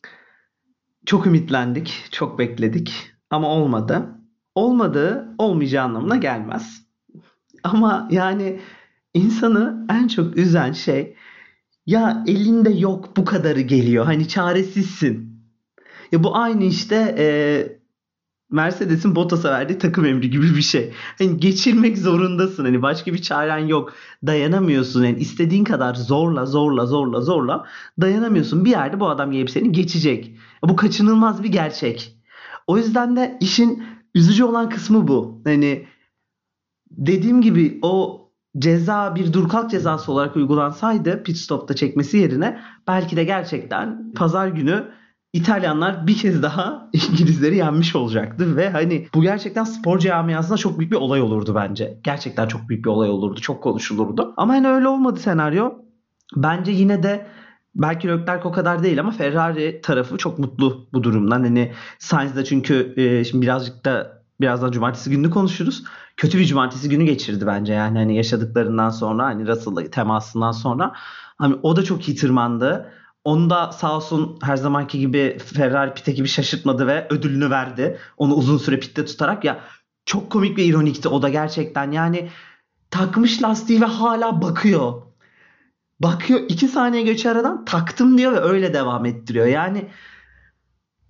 Çok ümitlendik, çok bekledik ama olmadı. Olmadığı olmayacağı anlamına gelmez. Ama yani insanı en çok üzen şey ya elinde yok bu kadarı geliyor. Hani çaresizsin. Ya bu aynı işte e, Mercedes'in Bottas'a verdiği takım emri gibi bir şey. Hani geçirmek zorundasın. Hani başka bir çaren yok. Dayanamıyorsun. Yani istediğin kadar zorla zorla zorla zorla dayanamıyorsun. Bir yerde bu adam gelip seni geçecek. Bu kaçınılmaz bir gerçek. O yüzden de işin üzücü olan kısmı bu. Hani dediğim gibi o ceza bir dur kalk cezası olarak uygulansaydı pit stop'ta çekmesi yerine belki de gerçekten pazar günü İtalyanlar bir kez daha İngilizleri yenmiş olacaktı ve hani bu gerçekten spor camiasında çok büyük bir olay olurdu bence. Gerçekten çok büyük bir olay olurdu. Çok konuşulurdu. Ama hani öyle olmadı senaryo. Bence yine de belki Leclerc o kadar değil ama Ferrari tarafı çok mutlu bu durumdan. Hani Sainz de çünkü e, şimdi birazcık da birazdan cumartesi gününü konuşuruz. Kötü bir cumartesi günü geçirdi bence yani hani yaşadıklarından sonra hani Russell'la temasından sonra. Hani o da çok iyi tırmandı. Onu da sağ olsun her zamanki gibi Ferrari pite gibi şaşırtmadı ve ödülünü verdi. Onu uzun süre pitte tutarak ya çok komik ve ironikti o da gerçekten. Yani takmış lastiği ve hala bakıyor. Bakıyor iki saniye geçer aradan taktım diyor ve öyle devam ettiriyor. Yani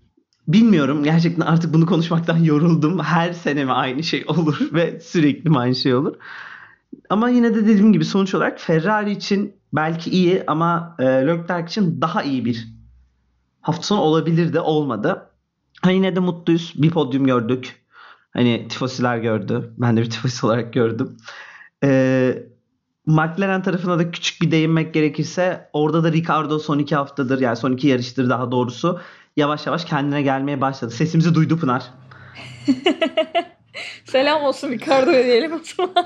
Bilmiyorum, gerçekten artık bunu konuşmaktan yoruldum. Her sene mi aynı şey olur ve sürekli mi aynı şey olur? Ama yine de dediğim gibi sonuç olarak Ferrari için belki iyi ama e, Leclerc için daha iyi bir hafta sonu olabilir de olmadı. Ha, yine de mutluyuz. Bir podyum gördük. Hani tifosiler gördü. Ben de bir tifosi olarak gördüm. Ee, McLaren tarafına da küçük bir değinmek gerekirse orada da Ricardo son iki haftadır, yani son iki yarıştır daha doğrusu, yavaş yavaş kendine gelmeye başladı. Sesimizi duydu Pınar. Selam olsun Ricardo'ya diyelim o zaman.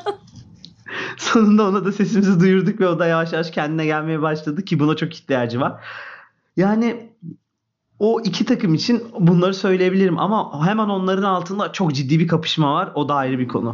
Sonunda ona da sesimizi duyurduk ve o da yavaş yavaş kendine gelmeye başladı ki buna çok ihtiyacı var. Yani o iki takım için bunları söyleyebilirim ama hemen onların altında çok ciddi bir kapışma var. O da ayrı bir konu.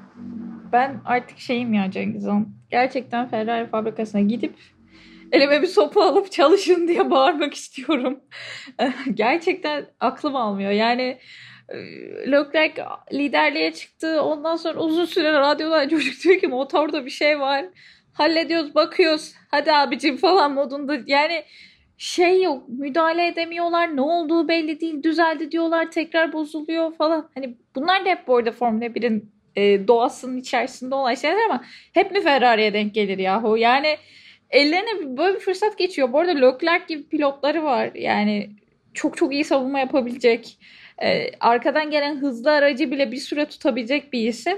Ben artık şeyim ya Cengiz Han. Gerçekten Ferrari fabrikasına gidip elime bir sopa alıp çalışın diye bağırmak istiyorum. Gerçekten aklım almıyor. Yani e, Leclerc liderliğe çıktı. Ondan sonra uzun süre radyodan çocuk diyor ki motorda bir şey var. Hallediyoruz, bakıyoruz. Hadi abicim falan modunda. Yani şey yok, müdahale edemiyorlar, ne olduğu belli değil, düzeldi diyorlar, tekrar bozuluyor falan. Hani bunlar da hep bu arada Formula birin e, doğasının içerisinde olan şeyler ama hep mi Ferrari'ye denk gelir yahu? Yani ellerine böyle bir fırsat geçiyor. Bu arada Leclerc gibi pilotları var. Yani çok çok iyi savunma yapabilecek, e, arkadan gelen hızlı aracı bile bir süre tutabilecek bir isim.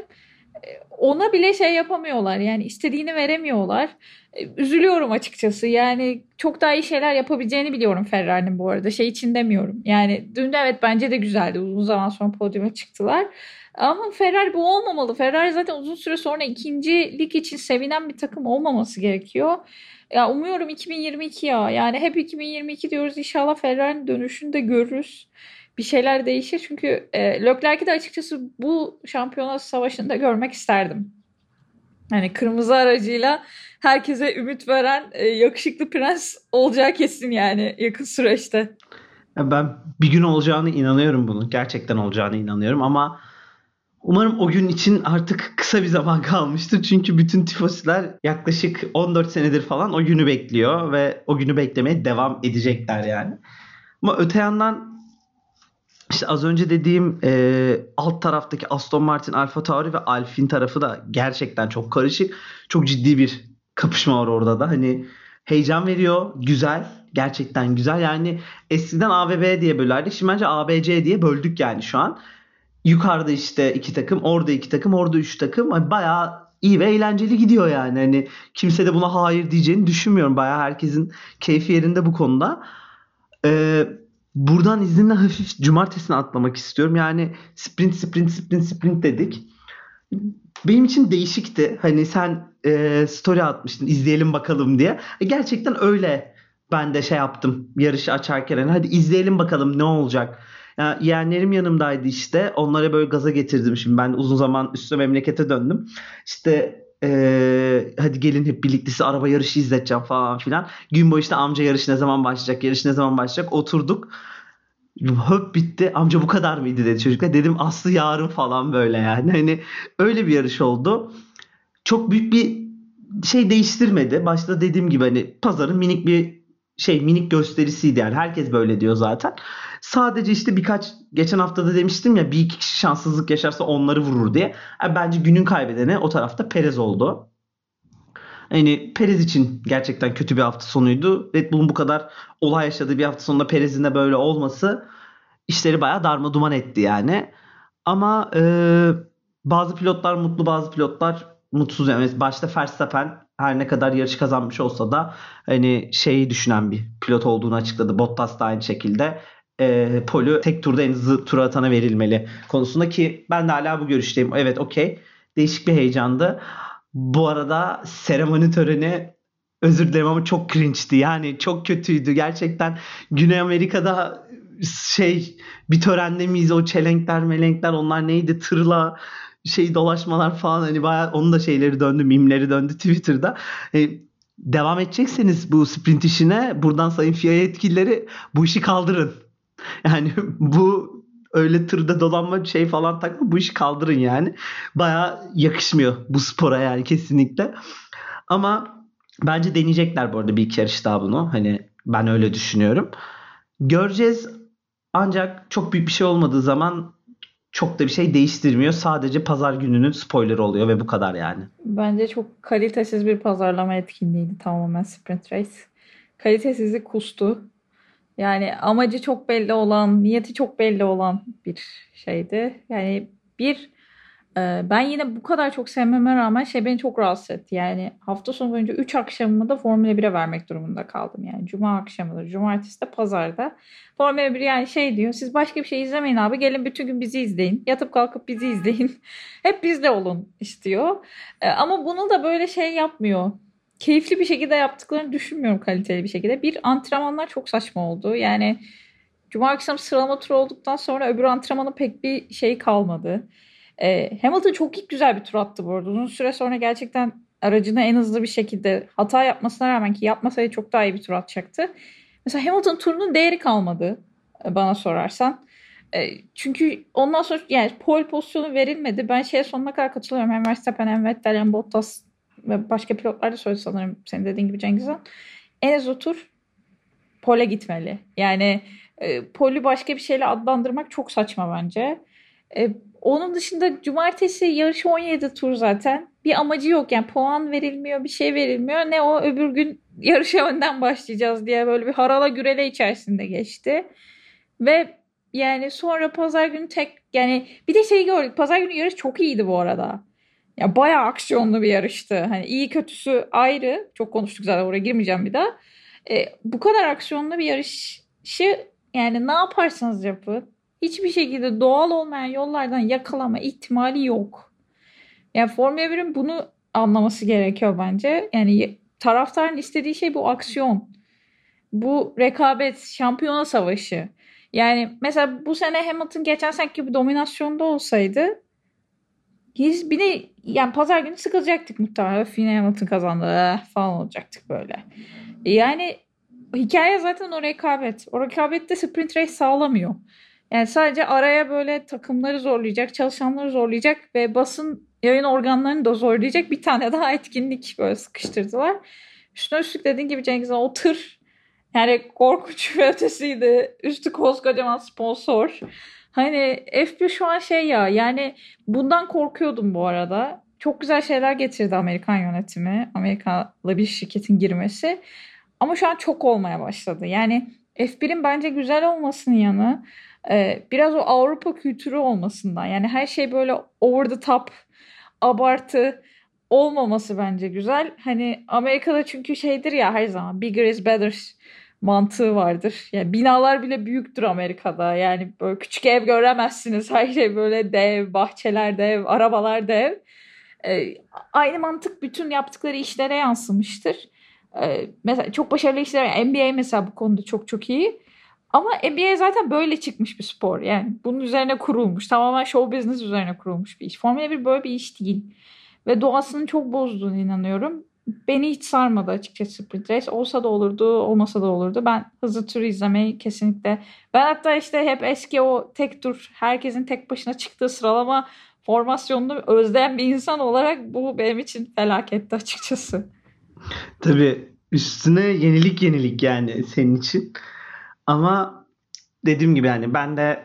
Ona bile şey yapamıyorlar, yani istediğini veremiyorlar. Üzülüyorum açıkçası. Yani çok daha iyi şeyler yapabileceğini biliyorum Ferrari'nin bu arada. Şey için demiyorum. Yani dün de evet bence de güzeldi. Uzun zaman sonra podyuma çıktılar. Ama Ferrari bu olmamalı. Ferrari zaten uzun süre sonra ikincilik için sevinen bir takım olmaması gerekiyor. Ya umuyorum iki bin yirmi iki ya. Yani hep iki bin yirmi iki diyoruz. İnşallah Ferrari'nin dönüşünü de görürüz. Bir şeyler değişir. Çünkü e, Leclerc'i de açıkçası bu şampiyonat savaşında görmek isterdim. Hani kırmızı aracıyla herkese ümit veren e, yakışıklı prens olacağı kesin yani yakın süreçte. Ya ben bir gün olacağını inanıyorum bunun. Gerçekten olacağını inanıyorum ama umarım o gün için artık kısa bir zaman kalmıştır. Çünkü bütün tifosiler yaklaşık on dört senedir falan o günü bekliyor ve o günü beklemeye devam edecekler yani. Ama öte yandan İşte az önce dediğim e, alt taraftaki Aston Martin, AlphaTauri ve Alpine tarafı da gerçekten çok karışık. Çok ciddi bir kapışma var orada da. Hani heyecan veriyor. Güzel. Gerçekten güzel. Yani eskiden A ve B diye bölerdik. Şimdi bence A, B, C diye böldük yani şu an. Yukarıda işte iki takım, orada iki takım, orada üç takım. Hani bayağı iyi ve eğlenceli gidiyor yani. Hani kimse de buna hayır diyeceğini düşünmüyorum. Bayağı herkesin keyfi yerinde bu konuda. Eee Buradan izninle hafif cumartesine atlamak istiyorum. Yani sprint sprint sprint sprint dedik. Benim için değişikti. Hani sen e, story atmıştın izleyelim bakalım diye. E, gerçekten öyle ben de şey yaptım yarışı açarken. Hani hadi izleyelim bakalım ne olacak. Yani yeğenlerim yanımdaydı işte. Onlara böyle gaza getirdim. Şimdi ben uzun zaman üstüne memlekete döndüm. İşte e, hadi gelin hep birlikte size araba yarışı izleteceğim falan filan. Gün boyu işte amca yarış ne zaman başlayacak, yarış ne zaman başlayacak oturduk. Höp bitti. Amca bu kadar mıydı dedi çocuklar. Dedim Aslı yarın falan böyle yani. Hani öyle bir yarış oldu. Çok büyük bir şey değiştirmedi. Başta dediğim gibi hani pazarın minik bir şey minik gösterisiydi yani. Herkes böyle diyor zaten. Sadece işte birkaç geçen hafta da demiştim ya bir iki kişi şanssızlık yaşarsa onları vurur diye. Yani bence günün kaybedeni o tarafta Perez oldu. Yani Perez için gerçekten kötü bir hafta sonuydu. Red Bull'un bu kadar olay yaşadığı bir hafta sonunda Perez'in de böyle olması işleri bayağı darmaduman etti yani. Ama e, bazı pilotlar mutlu, bazı pilotlar mutsuz. Yani başta Verstappen her ne kadar yarış kazanmış olsa da hani şeyi düşünen bir pilot olduğunu açıkladı. Bottas da aynı şekilde. E, Pol'ü tek turda en hızlı tur atana verilmeli konusunda ki ben de hala bu görüşteyim. Evet okey. Değişik bir heyecandı. Bu arada seremoni töreni özür dilerim ama çok cringe'ti. Yani çok kötüydü. Gerçekten Güney Amerika'da şey bir törende miyiz o çelenkler melenkler onlar neydi tırla şey dolaşmalar falan hani bayağı onun da şeyleri döndü mimleri döndü Twitter'da. E, devam edecekseniz bu sprint işine buradan sayın F I A yetkilileri bu işi kaldırın. Yani bu öyle tırda dolanma şey falan takma bu işi kaldırın yani. Bayağı yakışmıyor bu spora yani kesinlikle. Ama bence deneyecekler bu arada bir iki yarış daha bunu. Hani ben öyle düşünüyorum. Göreceğiz Ancak çok büyük bir şey olmadığı zaman çok da bir şey değiştirmiyor. Sadece pazar gününün spoilerı oluyor ve bu kadar yani. Bence çok kalitesiz bir pazarlama etkinliğiydi tamamen Sprint Race. Kalitesizlik kustu. Yani amacı çok belli olan, niyeti çok belli olan bir şeydi. Yani bir e, ben yine bu kadar çok sevmeme rağmen şey beni çok rahatsız etti. Yani hafta sonu boyunca üç akşamımı da Formula bire vermek durumunda kaldım. Yani cuma akşamı da, cumartesi de, pazarda. Formula bir yani şey diyor. Siz başka bir şey izlemeyin abi. Gelin bütün gün bizi izleyin. Yatıp kalkıp bizi izleyin. Hep bizde olun istiyor. E, ama bunu da böyle şey yapmıyor. Keyifli bir şekilde yaptıklarını düşünmüyorum, kaliteli bir şekilde. Bir, antrenmanlar çok saçma oldu. Yani cuma akşam sıralama turu olduktan sonra öbür antrenmanın pek bir şey kalmadı. Ee, Hamilton çok iyi, güzel bir tur attı bu arada. Uzun süre sonra gerçekten aracını en hızlı bir şekilde, hata yapmasına rağmen, ki yapmasaydı çok daha iyi bir tur atacaktı. Mesela Hamilton turunun değeri kalmadı e, bana sorarsan. E, çünkü ondan sonra yani pole pozisyonu verilmedi. Ben şeye sonuna kadar katılıyorum. Hem Verstappen hem Vettel hem Bottas ve başka pilotlar da söyledi sanırım, senin dediğin gibi Cengiz Han. En az o tur pole gitmeli. Yani e, poli başka bir şeyle adlandırmak çok saçma bence. E, onun dışında cumartesi yarışı on yedi tur zaten. Bir amacı yok yani, puan verilmiyor, bir şey verilmiyor. Ne o öbür gün yarışa önden başlayacağız diye böyle bir harala gürele içerisinde geçti. Ve yani sonra pazar günü tek yani bir de şeyi gördük. Pazar günü yarış çok iyiydi bu arada. Ya bayağı aksiyonlu bir yarıştı. Hani iyi kötüsü ayrı. Çok konuştuk zaten, oraya girmeyeceğim bir daha. E, bu kadar aksiyonlu bir yarışı yani ne yaparsanız yapın, hiçbir şekilde doğal olmayan yollardan yakalama ihtimali yok. Yani Formula birin bunu anlaması gerekiyor bence. Yani taraftarın istediği şey bu aksiyon. Bu rekabet, şampiyona savaşı. Yani mesela bu sene Hamilton geçen seneki bir dominasyonda olsaydı biz bir de yani pazar günü sıkılacaktık muhtemelen. Öf, yine Hamilton kazandı eh, falan olacaktık böyle. Yani hikaye zaten o rekabet. O rekabette sprint race sağlamıyor. Yani sadece araya böyle takımları zorlayacak, çalışanları zorlayacak ve basın yayın organlarını da zorlayacak bir tane daha etkinlik böyle sıkıştırdılar. Üstüne üstlük dediğin gibi Cengiz Han, o tır yani korkunç ve ötesiydi. Üstü koskocaman sponsor. Hani F bir şu an şey ya, yani bundan korkuyordum bu arada. Çok güzel şeyler getirdi Amerikan yönetimi. Amerikalı bir şirketin girmesi. Ama şu an çok olmaya başladı. Yani F birin bence güzel olmasının yanı e, biraz o Avrupa kültürü olmasından. Yani her şey böyle over the top, abartı olmaması bence güzel. Hani Amerika'da çünkü şeydir ya, her zaman bigger is better mantığı vardır. Yani binalar bile büyüktür Amerika'da. Yani böyle küçük ev göremezsiniz. Her şey böyle dev, bahçeler dev, arabalar dev. Ee, aynı mantık bütün yaptıkları işlere yansımıştır. Ee, mesela çok başarılı işler, N B A mesela bu konuda çok çok iyi. Ama N B A zaten böyle çıkmış bir spor. Yani bunun üzerine kurulmuş. Tamamen show business üzerine kurulmuş bir iş. Formula bir böyle bir iş değil. Ve doğasını çok bozduğunu inanıyorum. Beni hiç sarmadı açıkçası Sprint Race. Olsa da olurdu, olmasa da olurdu. Ben hızlı tur izlemeyi kesinlikle... Ben hatta işte hep eski o tek tur, herkesin tek başına çıktığı sıralama formasyonunu özleyen bir insan olarak bu benim için felaketti açıkçası. Tabii üstüne yenilik yenilik yani senin için. Ama dediğim gibi yani ben de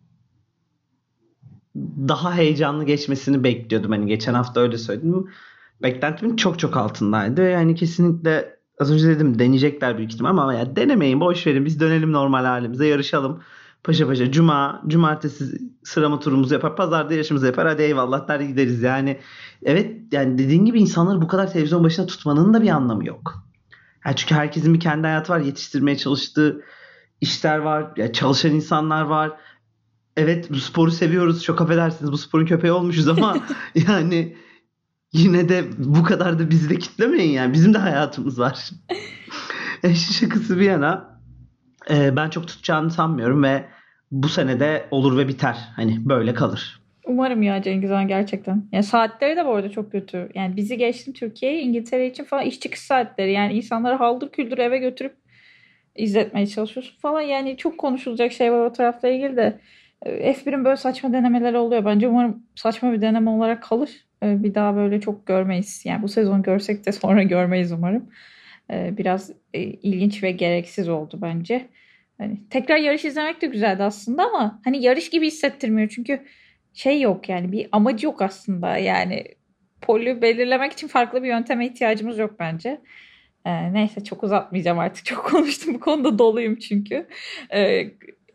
daha heyecanlı geçmesini bekliyordum. Hani geçen hafta öyle söyledim. Beklentimin çok çok altındaydı. Yani kesinlikle az önce dedim deneyecekler büyük ihtimal ama ya denemeyin, boş verin, biz dönelim normal halimize, yarışalım. Paşa paşa cuma, cumartesi sıralama turumuzu yapar, pazarda yarışımızı yapar, hadi eyvallah der gideriz. Yani evet, yani dediğin gibi insanları bu kadar televizyon başına tutmanın da bir anlamı yok. Yani çünkü herkesin bir kendi hayatı var, yetiştirmeye çalıştığı işler var, ya çalışan insanlar var. Evet, bu sporu seviyoruz, çok affedersiniz bu sporun köpeği olmuşuz ama yani yine de bu kadar da bizi de kitlemeyin yani. Bizim de hayatımız var. E, şakası bir yana e, ben çok tutacağını sanmıyorum ve bu sene de olur ve biter. Hani böyle kalır. Umarım ya Cengiz Han, gerçekten. Yani saatleri de bu arada çok kötü. Yani bizi geçtim, Türkiye'yi, İngiltere için falan iş çıkış saatleri. Yani insanları haldır küldür eve götürüp izletmeye çalışıyorsun falan. Yani çok konuşulacak şey var o tarafla ilgili de. F birin böyle saçma denemeleri oluyor. Bence umarım saçma bir deneme olarak kalır. Bir daha böyle çok görmeyiz. Yani bu sezon görsek de sonra görmeyiz umarım. Biraz ilginç ve gereksiz oldu bence. Hani tekrar yarış izlemek de güzeldi aslında ama hani yarış gibi hissettirmiyor. Çünkü şey yok yani, bir amacı yok aslında. Yani polü belirlemek için farklı bir yönteme ihtiyacımız yok bence. Ee, neyse çok uzatmayacağım artık. Çok konuştum bu konuda, doluyum çünkü. Ee,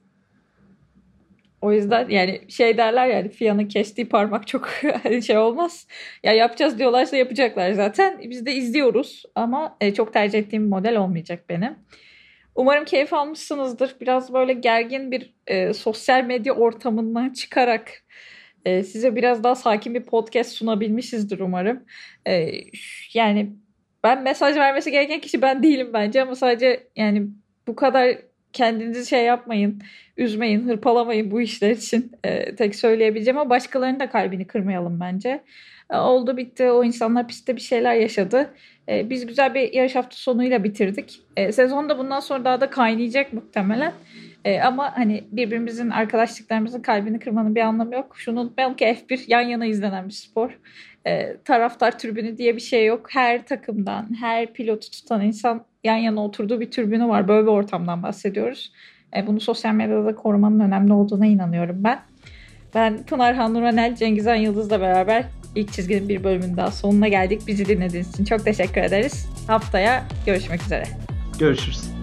o yüzden yani şey derler yani, Fiyan'ın kestiği parmak çok şey olmaz. Ya yapacağız diyorlarsa yapacaklar zaten. Biz de izliyoruz ama e, çok tercih ettiğim bir model olmayacak benim. Umarım keyif almışsınızdır. Biraz böyle gergin bir e, sosyal medya ortamından çıkarak e, size biraz daha sakin bir podcast sunabilmişizdir umarım. E, yani ben mesaj vermesi gereken kişi ben değilim bence ama sadece yani bu kadar kendinizi şey yapmayın, üzmeyin, hırpalamayın bu işler için. E, tek söyleyebileceğim, ama başkalarının da kalbini kırmayalım bence. E, oldu bitti, o insanlar pistte bir şeyler yaşadı. E, biz güzel bir yarış hafta sonuyla bitirdik. E, sezon da bundan sonra daha da kaynayacak muhtemelen. E, ama hani birbirimizin, arkadaşlıklarımızın kalbini kırmanın bir anlamı yok. Şunu unutmayalım ki F bir yan yana izlenen bir spor. E, taraftar tribünü diye bir şey yok. Her takımdan, her pilotu tutan insan yan yana oturduğu bir tribünü var. Böyle bir ortamdan bahsediyoruz. E, bunu sosyal medyada da korumanın önemli olduğuna inanıyorum ben. Ben Pınarhan Nuranel, Cengizhan Yıldız'la beraber İlk Çizgi'nin bir bölümünün daha sonuna geldik. Bizi dinlediğiniz için çok teşekkür ederiz. Haftaya görüşmek üzere. Görüşürüz.